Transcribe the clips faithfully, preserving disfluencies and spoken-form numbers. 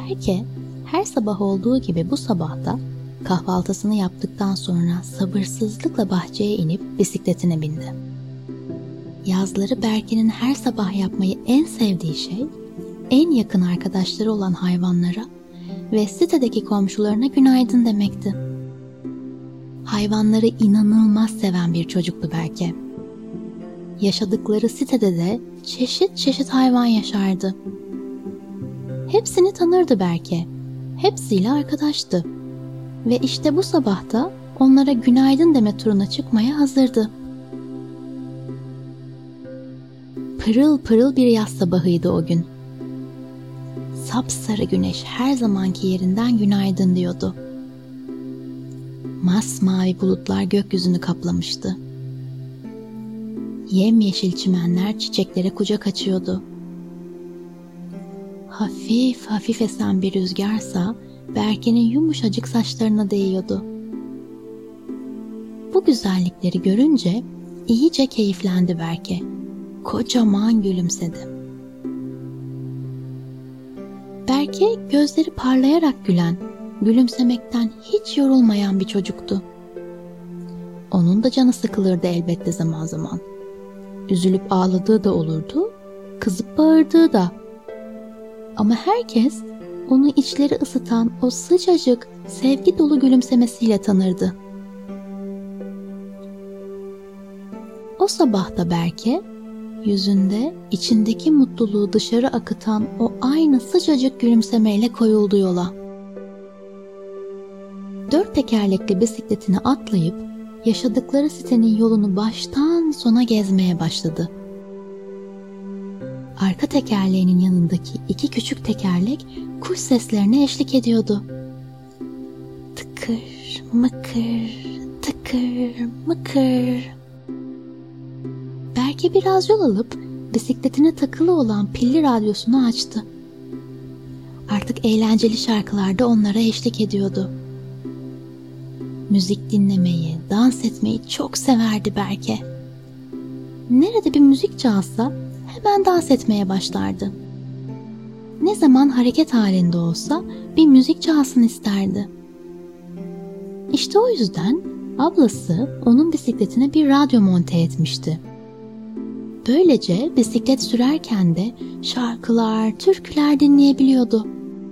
Berke her sabah olduğu gibi bu sabahta kahvaltısını yaptıktan sonra sabırsızlıkla bahçeye inip bisikletine bindi. Yazları Berke'nin her sabah yapmayı en sevdiği şey, en yakın arkadaşları olan hayvanlara ve sitedeki komşularına günaydın demekti. Hayvanları inanılmaz seven bir çocuktu Berke. Yaşadıkları sitede de çeşit çeşit hayvan yaşardı. Hepsini tanırdı Berke. Hepsiyle arkadaştı. Ve işte bu sabah da onlara günaydın deme turuna çıkmaya hazırdı. Pırıl pırıl bir yaz sabahıydı o gün. Sapsarı güneş her zamanki yerinden günaydın diyordu. Masmavi bulutlar gökyüzünü kaplamıştı. Yemyeşil çimenler çiçeklere kucak açıyordu. Hafif hafif esen bir rüzgarsa Berke'nin yumuşacık saçlarına değiyordu. Bu güzellikleri görünce iyice keyiflendi Berke. Kocaman gülümsedi. Berke gözleri parlayarak gülen, gülümsemekten hiç yorulmayan bir çocuktu. Onun da canı sıkılırdı elbette zaman zaman. Üzülüp ağladığı da olurdu, kızıp bağırdığı da. Ama herkes onu içleri ısıtan o sıcacık, sevgi dolu gülümsemesiyle tanırdı. O sabah da Berke, yüzünde içindeki mutluluğu dışarı akıtan o aynı sıcacık gülümsemeyle koyuldu yola. Dört tekerlekli bisikletine atlayıp yaşadıkları sitenin yolunu baştan sona gezmeye başladı. Arka tekerleğinin yanındaki iki küçük tekerlek kuş seslerine eşlik ediyordu. Tıkır mıkır, tıkır mıkır. Berke biraz yol alıp bisikletine takılı olan pilli radyosunu açtı. Artık eğlenceli şarkılar da onlara eşlik ediyordu. Müzik dinlemeyi, dans etmeyi çok severdi Berke. Nerede bir müzik çalsa hemen dans etmeye başlardı. Ne zaman hareket halinde olsa bir müzik çalsın isterdi. İşte o yüzden ablası onun bisikletine bir radyo monte etmişti. Böylece bisiklet sürerken de şarkılar, türküler dinleyebiliyordu.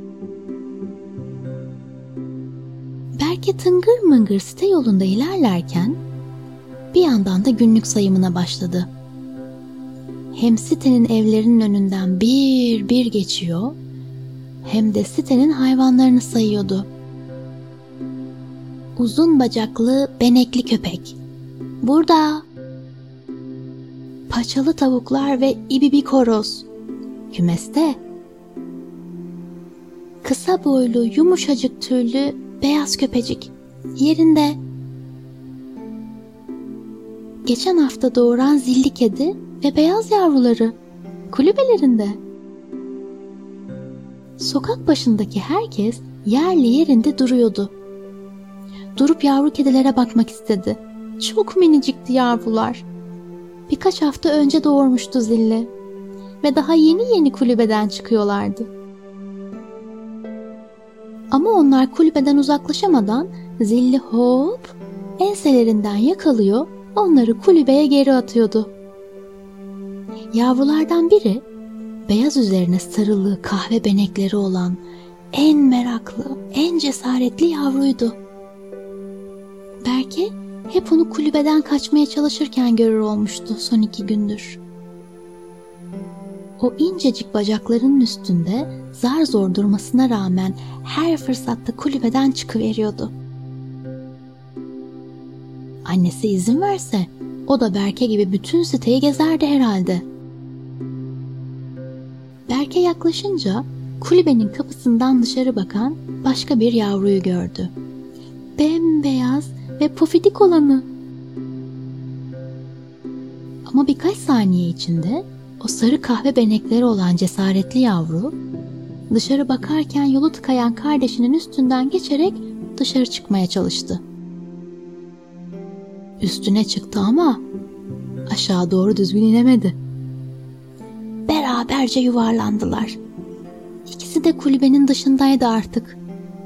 Berke tıngır mıngır site yolunda ilerlerken bir yandan da günlük sayımına başladı. Hem sitenin evlerinin önünden bir bir geçiyor, hem de sitenin hayvanlarını sayıyordu. Uzun bacaklı benekli köpek burada. Paçalı tavuklar ve ibibik horoz kümeste. Kısa boylu, yumuşacık tüylü beyaz köpecik yerinde. Geçen hafta doğuran zilli kedi ve beyaz yavruları kulübelerinde. Sokak başındaki herkes yerli yerinde duruyordu. Durup yavru kedilere bakmak istedi. Çok minicikti yavrular. Birkaç hafta önce doğurmuştu zilli ve daha yeni yeni kulübeden çıkıyorlardı. Ama onlar kulübeden uzaklaşamadan zilli hop enselerinden yakalıyor, onları kulübeye geri atıyordu. Yavrulardan biri beyaz üzerine sarılı kahve benekleri olan en meraklı, en cesaretli yavruydu. Berke hep onu kulübeden kaçmaya çalışırken görür olmuştu son iki gündür. O incecik bacaklarının üstünde zar zor durmasına rağmen her fırsatta kulübeden çıkıveriyordu. Annesi izin verse o da Berke gibi bütün siteyi gezerdi herhalde. Berke yaklaşınca kulübenin kapısından dışarı bakan başka bir yavruyu gördü. Bembeyaz ve pofidik olanı. Ama birkaç saniye içinde o sarı kahve benekleri olan cesaretli yavru dışarı bakarken yolu tıkayan kardeşinin üstünden geçerek dışarı çıkmaya çalıştı. Üstüne çıktı ama aşağı doğru düzgün inemedi. Beraberce yuvarlandılar. İkisi de kulübenin dışındaydı artık.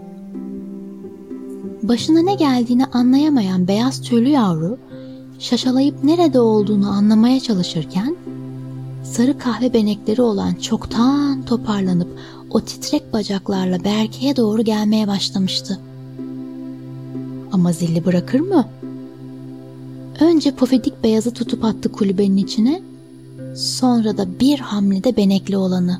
Başına ne geldiğini anlayamayan beyaz tüylü yavru, şaşalayıp nerede olduğunu anlamaya çalışırken, sarı kahve benekleri olan çoktan toparlanıp o titrek bacaklarla Berke'ye doğru gelmeye başlamıştı. Ama zilli bırakır mı? Önce pofidik beyazı tutup attı kulübenin içine, sonra da bir hamlede benekli olanı.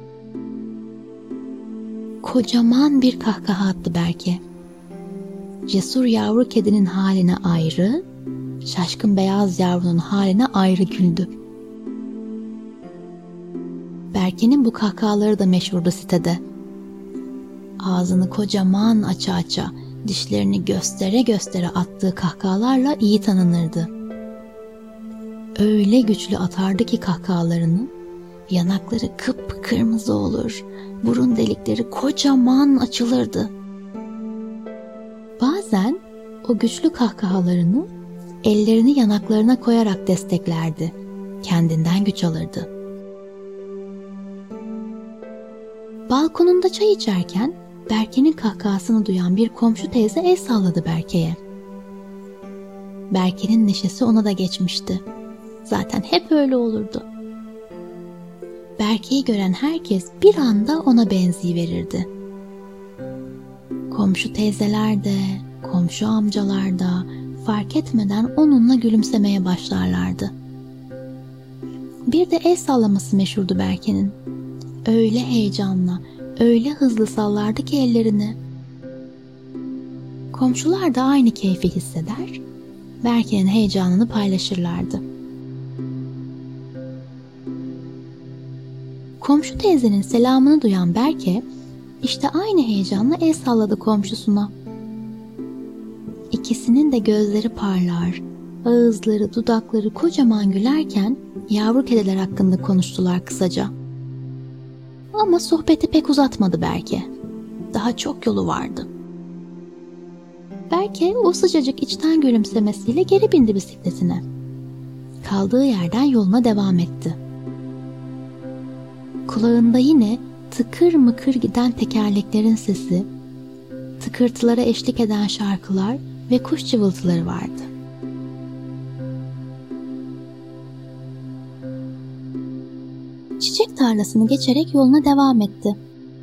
Kocaman bir kahkaha attı Berke. Cesur yavru kedinin haline ayrı, şaşkın beyaz yavrunun haline ayrı güldü. Berke'nin bu kahkahaları da meşhurdu sitede. Ağzını kocaman aça aça, dişlerini göstere göstere attığı kahkahalarla iyi tanınırdı. Öyle güçlü atardı ki kahkahalarını, yanakları kıpkırmızı olur, burun delikleri kocaman açılırdı. Bazen o güçlü kahkahalarını ellerini yanaklarına koyarak desteklerdi, kendinden güç alırdı. Balkonunda çay içerken Berke'nin kahkahasını duyan bir komşu teyze el salladı Berke'ye. Berke'nin neşesi ona da geçmişti. Zaten hep öyle olurdu. Berke'yi gören herkes bir anda ona benziyiverirdi. Komşu teyzeler de, komşu amcalar da fark etmeden onunla gülümsemeye başlarlardı. Bir de el sallaması meşhurdu Berke'nin. Öyle heyecanla, öyle hızlı sallardı ki ellerini. Komşular da aynı keyfi hisseder, Berke'nin heyecanını paylaşırlardı. Komşu teyzenin selamını duyan Berke, işte aynı heyecanla el salladı komşusuna. İkisinin de gözleri parlar, ağızları, dudakları kocaman gülerken yavru kediler hakkında konuştular kısaca. Ama sohbeti pek uzatmadı Berke. Daha çok yolu vardı. Berke o sıcacık içten gülümsemesiyle geri bindi bisikletine. Kaldığı yerden yoluna devam etti. Kulağında yine tıkır mıkır giden tekerleklerin sesi, tıkırtılara eşlik eden şarkılar ve kuş cıvıltıları vardı. Çiçek tarlasını geçerek yoluna devam etti.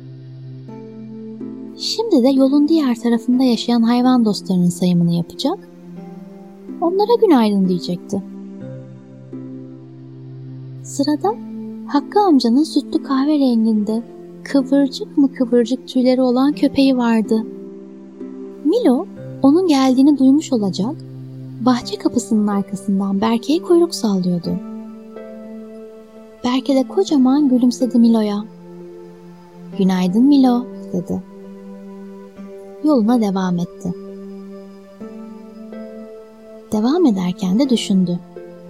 Şimdi de yolun diğer tarafında yaşayan hayvan dostlarının sayımını yapacak, onlara günaydın diyecekti. Sırada Hakkı amcanın sütlü kahverenginde kıvırcık mı kıvırcık tüyleri olan köpeği vardı. Milo onun geldiğini duymuş olacak, bahçe kapısının arkasından Berke'ye kuyruk sallıyordu. Berke de kocaman gülümsedi Milo'ya. "Günaydın Milo," dedi. Yoluna devam etti. Devam ederken de düşündü.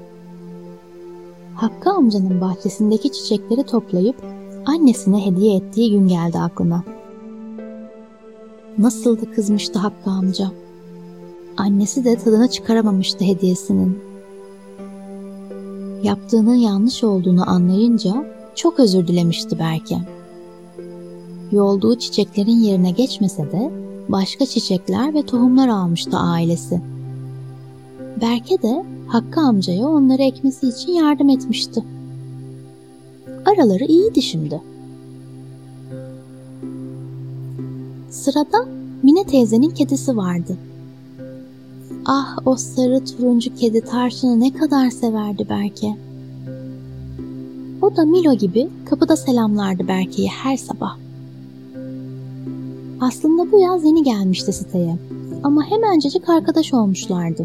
Hakkı amcanın bahçesindeki çiçekleri toplayıp annesine hediye ettiği gün geldi aklına. Nasıl da kızmıştı Hakkı amca. Annesi de tadını çıkaramamıştı hediyesinin. Yaptığının yanlış olduğunu anlayınca çok özür dilemişti Berke. Yolduğu çiçeklerin yerine geçmese de başka çiçekler ve tohumlar almıştı ailesi. Berke de Hakkı amcaya onları ekmesi için yardım etmişti. Araları iyiydi şimdi. Sırada Mine teyzenin kedisi vardı. Ah, o sarı turuncu kedi Tarçın'ı ne kadar severdi Berke. O da Milo gibi kapıda selamlardı Berke'yi her sabah. Aslında bu yaz yeni gelmişti siteye ama hemencecik arkadaş olmuşlardı.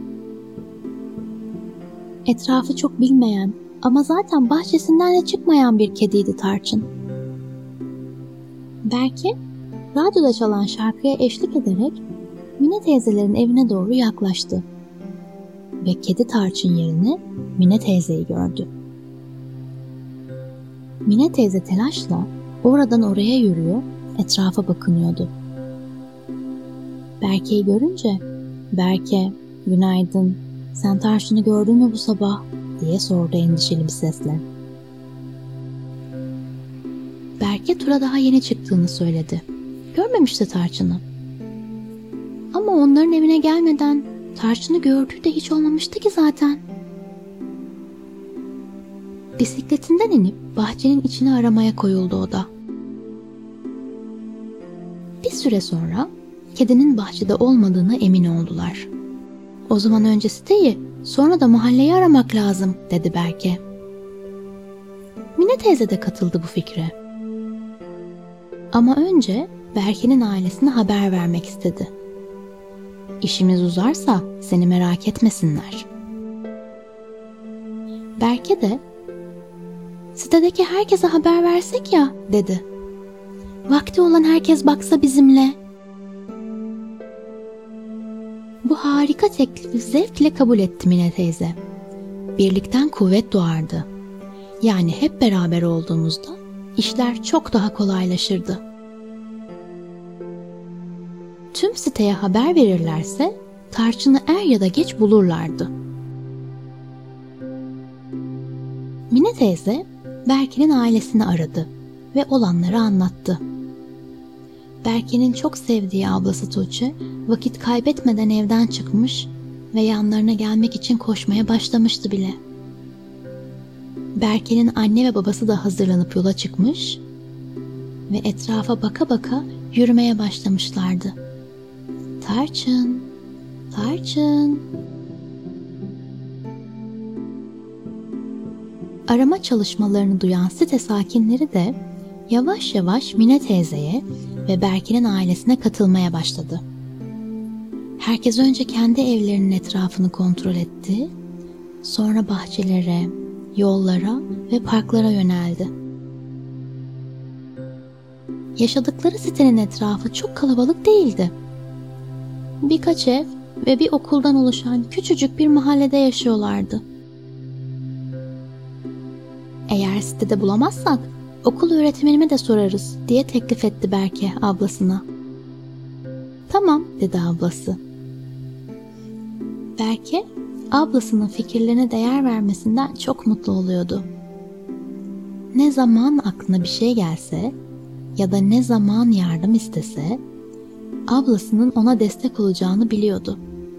Etrafı çok bilmeyen ama zaten bahçesinden de çıkmayan bir kediydi Tarçın. Berke, radyoda çalan şarkıya eşlik ederek Mine teyzelerin evine doğru yaklaştı. Ve kedi Tarçın yerine Mine teyzeyi gördü. Mine teyze telaşla oradan oraya yürüyor, etrafa bakınıyordu. Berke'yi görünce, "Berke, günaydın, sen Tarçın'ı gördün mü bu sabah?" diye sordu endişeli bir sesle. Berke Berke tura daha yeni çıktığını söyledi. Görmemişti Tarçın'ı. Ama onların evine gelmeden Tarçın'ı gördüğü de hiç olmamıştı ki zaten. Bisikletinden inip bahçenin içini aramaya koyuldu o da. Bir süre sonra kedinin bahçede olmadığına emin oldular. O zaman önce siteyi, sonra da mahalleyi aramak lazım, dedi Berke. Mine teyze de katıldı bu fikre. Ama önce Berke'nin ailesine haber vermek istedi. İşimiz uzarsa seni merak etmesinler. Berke de, sitedeki herkese haber versek ya, dedi. Vakti olan herkes baksa bizimle. Bu harika teklifi zevkle kabul etti Mine teyze. Birlikten kuvvet doğardı. Yani hep beraber olduğumuzda işler çok daha kolaylaşırdı. Tüm siteye haber verirlerse Tarçın'ı er ya da geç bulurlardı. Mine teyze Berke'nin ailesini aradı ve olanları anlattı. Berke'nin çok sevdiği ablası Tuğçe vakit kaybetmeden evden çıkmış ve yanlarına gelmek için koşmaya başlamıştı bile. Berke'nin anne ve babası da hazırlanıp yola çıkmış ve etrafa baka baka yürümeye başlamışlardı. Tarçın, Tarçın. Arama çalışmalarını duyan site sakinleri de yavaş yavaş Mine teyzeye ve Berke'nin ailesine katılmaya başladı. Herkes önce kendi evlerinin etrafını kontrol etti, sonra bahçelere, yollara ve parklara yöneldi. Yaşadıkları sitenin etrafı çok kalabalık değildi. Birkaç ev ve bir okuldan oluşan küçücük bir mahallede yaşıyorlardı. Eğer sitede bulamazsak okul öğretmenime de sorarız, diye teklif etti Berke ablasına. Tamam, dedi ablası. Berke ablasının fikirlerine değer vermesinden çok mutlu oluyordu. Ne zaman aklına bir şey gelse ya da ne zaman yardım istese ablasının ona destek olacağını biliyordu.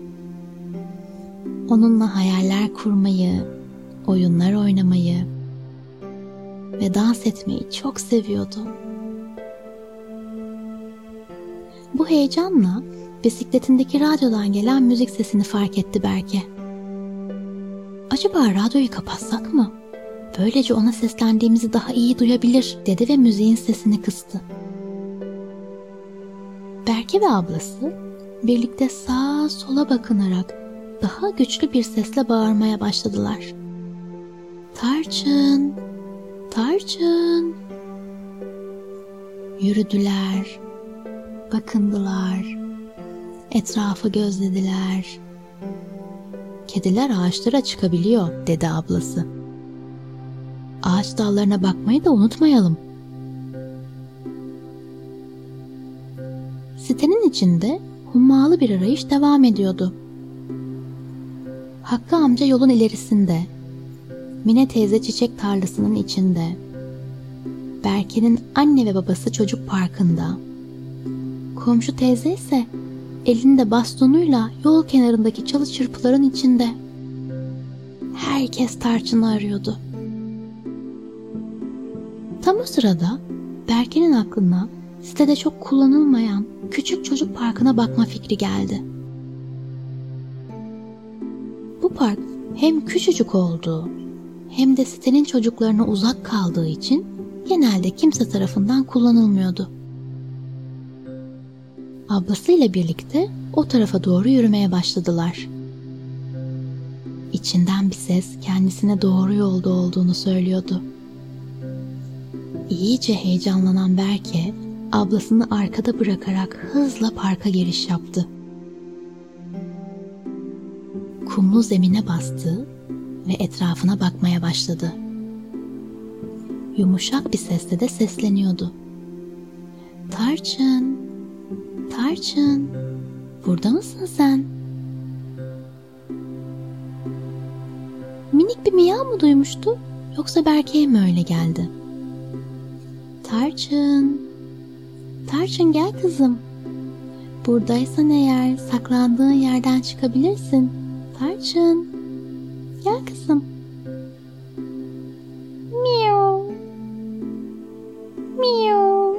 Onunla hayaller kurmayı, oyunlar oynamayı ve dans etmeyi çok seviyordu. Bu heyecanla bisikletindeki radyodan gelen müzik sesini fark etti Berke. Acaba radyoyu kapatsak mı? Böylece ona seslendiğimizi daha iyi duyabilir, dedi ve müziğin sesini kıstı. Berke ve ablası birlikte sağa sola bakınarak daha güçlü bir sesle bağırmaya başladılar. Tarçın, Tarçın. Yürüdüler, bakındılar, etrafı gözlediler. Kediler ağaçlara çıkabiliyor, dedi ablası. Ağaç dallarına bakmayı da unutmayalım. Sitenin içinde hummalı bir arayış devam ediyordu. Hakkı amca yolun ilerisinde, Mine teyze çiçek tarlasının içinde, Berke'nin anne ve babası çocuk parkında, komşu teyze ise elinde bastonuyla yol kenarındaki çalı çırpıların içinde. Herkes Tarçın'ı arıyordu. Tam o sırada Berke'nin aklına sitede çok kullanılmayan küçük çocuk parkına bakma fikri geldi. Bu park hem küçücük olduğu hem de sitenin çocuklarına uzak kaldığı için genelde kimse tarafından kullanılmıyordu. Ablasıyla birlikte o tarafa doğru yürümeye başladılar. İçinden bir ses kendisine doğru yolda olduğunu söylüyordu. İyice heyecanlanan Berke, ablasını arkada bırakarak hızla parka giriş yaptı. Kumlu zemine bastı ve etrafına bakmaya başladı. Yumuşak bir sesle de sesleniyordu. Tarçın, Tarçın, burada mısın sen? Minik bir miyav mı duymuştu, yoksa Berke'ye mi öyle geldi? Tarçın, Tarçın gel kızım. Buradaysan eğer saklandığın yerden çıkabilirsin. Tarçın, gel kızım. Miau, miau.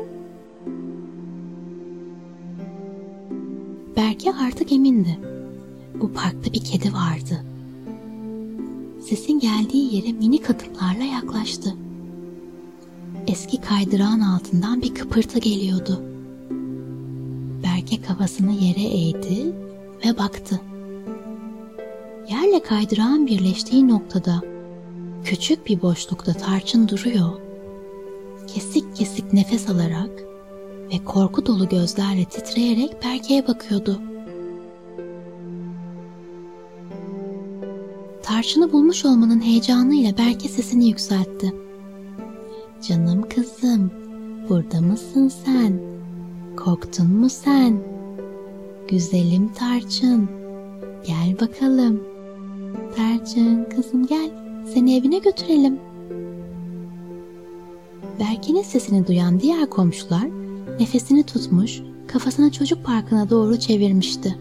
Berke artık emindi. Bu parkta bir kedi vardı. Sesin geldiği yere minik adımlarla yaklaştı. Eski kaydırağın altından bir kıpırtı geliyordu. Berke kafasını yere eğdi ve baktı. Yerle kaydırağın birleştiği noktada küçük bir boşlukta Tarçın duruyor. Kesik kesik nefes alarak ve korku dolu gözlerle titreyerek Berke'ye bakıyordu. Tarçın'ı bulmuş olmanın heyecanıyla Berke sesini yükseltti. Canım kızım, burada mısın sen? Korktun mu sen? Güzelim Tarçın, gel bakalım. Tarçın kızım gel, seni evine götürelim. Berke'nin sesini duyan diğer komşular nefesini tutmuş, kafasını çocuk parkına doğru çevirmişti.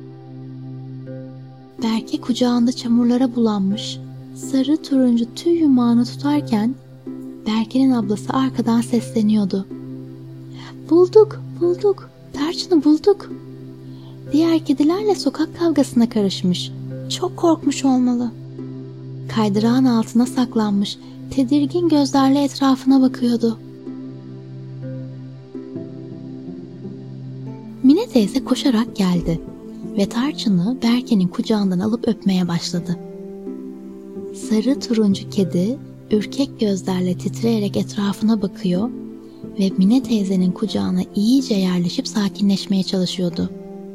Berke kucağında çamurlara bulanmış, sarı turuncu tüy yumağını tutarken Berke'nin ablası arkadan sesleniyordu. Bulduk, bulduk, Tarçın'ı bulduk. Diğer kedilerle sokak kavgasına karışmış. Çok korkmuş olmalı. Kaydırağın altına saklanmış, tedirgin gözlerle etrafına bakıyordu. Mine teyze koşarak geldi ve Tarçın'ı Berke'nin kucağından alıp öpmeye başladı. Sarı turuncu kedi ürkek gözlerle titreyerek etrafına bakıyor ve Mine teyzenin kucağına iyice yerleşip sakinleşmeye çalışıyordu.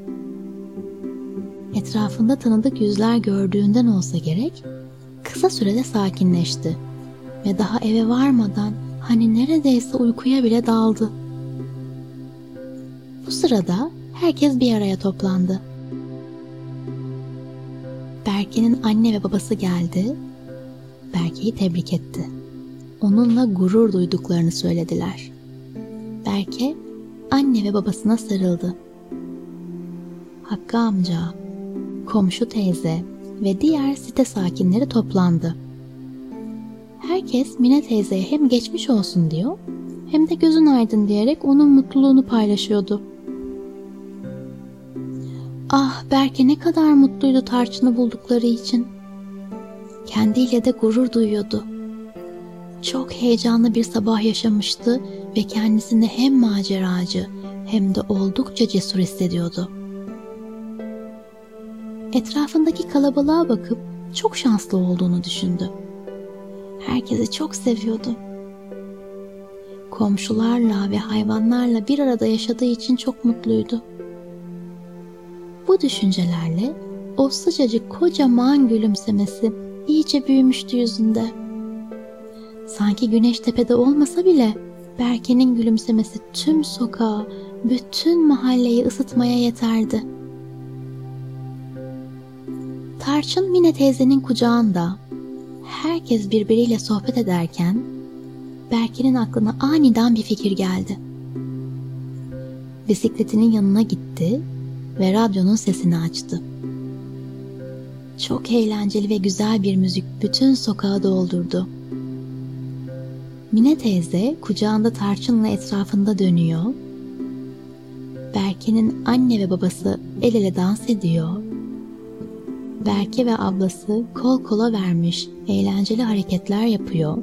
Etrafında tanıdık yüzler gördüğünden olsa gerek, kısa sürede sakinleşti ve daha eve varmadan hani neredeyse uykuya bile daldı. Bu sırada herkes bir araya toplandı. Berke'nin anne ve babası geldi. Berke'yi tebrik etti. Onunla gurur duyduklarını söylediler. Berke anne ve babasına sarıldı. Hakkı amca, komşu teyze ve diğer site sakinleri toplandı. Herkes Mine teyzeye hem geçmiş olsun diyor hem de gözün aydın diyerek onun mutluluğunu paylaşıyordu. Ah, Berke ne kadar mutluydu Tarçın'ı buldukları için. Kendiyle de gurur duyuyordu. Çok heyecanlı bir sabah yaşamıştı ve kendisini hem maceracı hem de oldukça cesur hissediyordu. Etrafındaki kalabalığa bakıp çok şanslı olduğunu düşündü. Herkesi çok seviyordu. Komşularla ve hayvanlarla bir arada yaşadığı için çok mutluydu. Bu düşüncelerle o sıcacık kocaman gülümsemesi iyice büyümüştü yüzünde. Sanki güneş tepede olmasa bile Berke'nin gülümsemesi tüm sokağı, bütün mahalleyi ısıtmaya yeterdi. Tarçın Mine teyzenin kucağında herkes birbiriyle sohbet ederken Berke'nin aklına aniden bir fikir geldi. Bisikletinin yanına gitti ve radyonun sesini açtı. Çok eğlenceli ve güzel bir müzik bütün sokağı doldurdu. Mine teyze kucağında Tarçın'la etrafında dönüyor. Berke'nin anne ve babası el ele dans ediyor. Berke ve ablası kol kola vermiş eğlenceli hareketler yapıyor.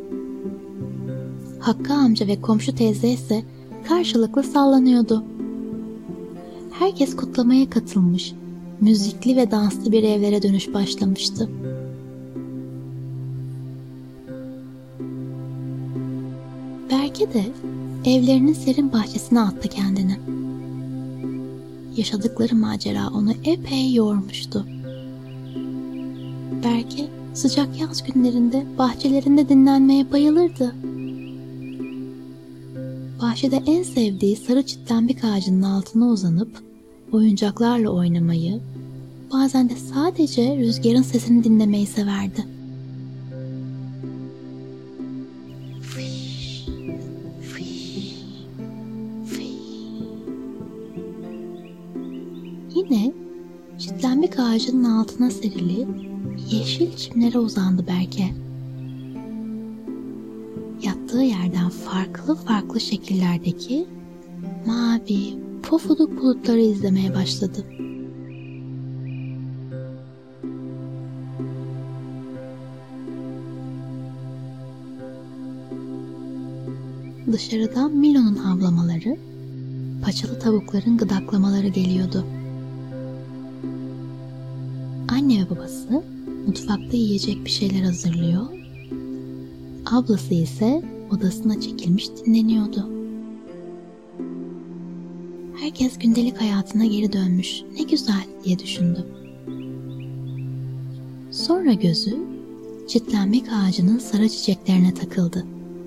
Hakkı amca ve komşu teyze ise karşılıklı sallanıyordu. Herkes kutlamaya katılmış, müzikli ve danslı bir evlere dönüş başlamıştı. Berke de evlerinin serin bahçesine attı kendini. Yaşadıkları macera onu epey yormuştu. Berke sıcak yaz günlerinde bahçelerinde dinlenmeye bayılırdı. Bahçede en sevdiği sarı çitlenbik ağacının altına uzanıp oyuncaklarla oynamayı, bazen de sadece rüzgarın sesini dinlemeyi severdi. Fış, fış. çitlenbik ağacının altına serilip yeşil çimlere uzandı Berke. Yattığı yerden farklı farklı şekillerdeki mavi, pofuduk bulutları izlemeye başladı. Dışarıdan Milo'nun havlamaları, paçalı tavukların gıdaklamaları geliyordu. Anne ve babası mutfakta yiyecek bir şeyler hazırlıyor. Ablası ise odasına çekilmiş dinleniyordu. Herkes gündelik hayatına geri dönmüş. Ne güzel diye düşündü. Sonra gözü çitlenbik ağacının sarı çiçeklerine takıldı.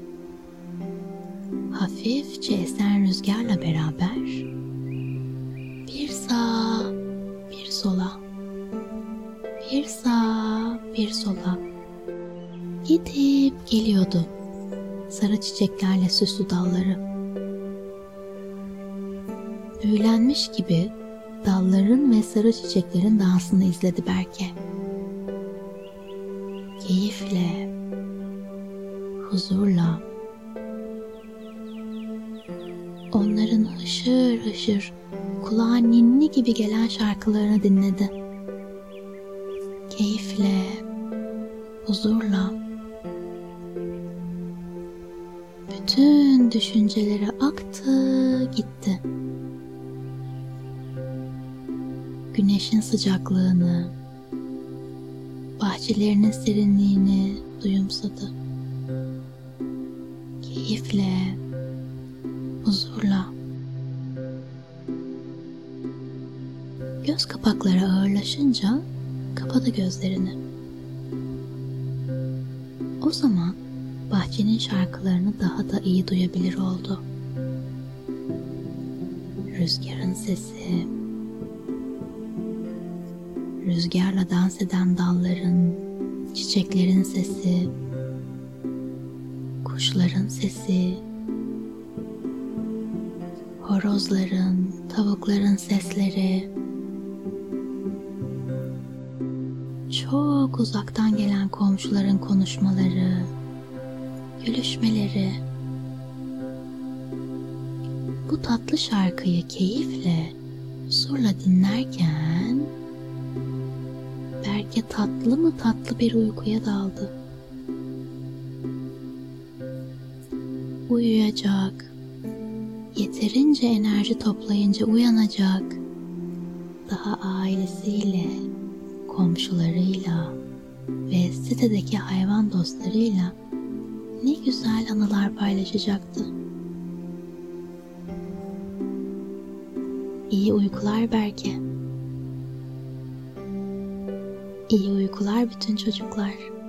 Hafifçe esen rüzgarla beraber bir sağa, bir sola, bir sağa, bir sola gidip geliyordu sarı çiçeklerle süslü dalları. Büyülenmiş gibi dalların ve sarı çiçeklerin dansını izledi Berke. Keyifle, huzurla, onların hışır hışır kulağa ninni gibi gelen şarkılarını dinledi. Keyifle, huzurla, bütün düşünceleri aktı gitti. Güneşin sıcaklığını, bahçelerinin serinliğini duyumsadı. Keyifle, huzurla. Göz kapakları ağırlaşınca kapadı gözlerini. O zaman bahçenin şarkılarını daha da iyi duyabilir oldu. Rüzgarın sesi, rüzgarla dans eden dalların, çiçeklerin sesi, kuşların sesi, horozların, tavukların sesleri, çok uzaktan gelen komşuların konuşmaları, gülüşmeleri. Bu tatlı şarkıyı keyifle, huzurla dinlerken Berke tatlı mı tatlı bir uykuya daldı. Uyuyacak, yeterince enerji toplayınca uyanacak, daha ailesiyle, komşularıyla ve sitedeki hayvan dostlarıyla ne güzel anılar paylaşacaktı. İyi uykular Berke. İyi uykular bütün çocuklar.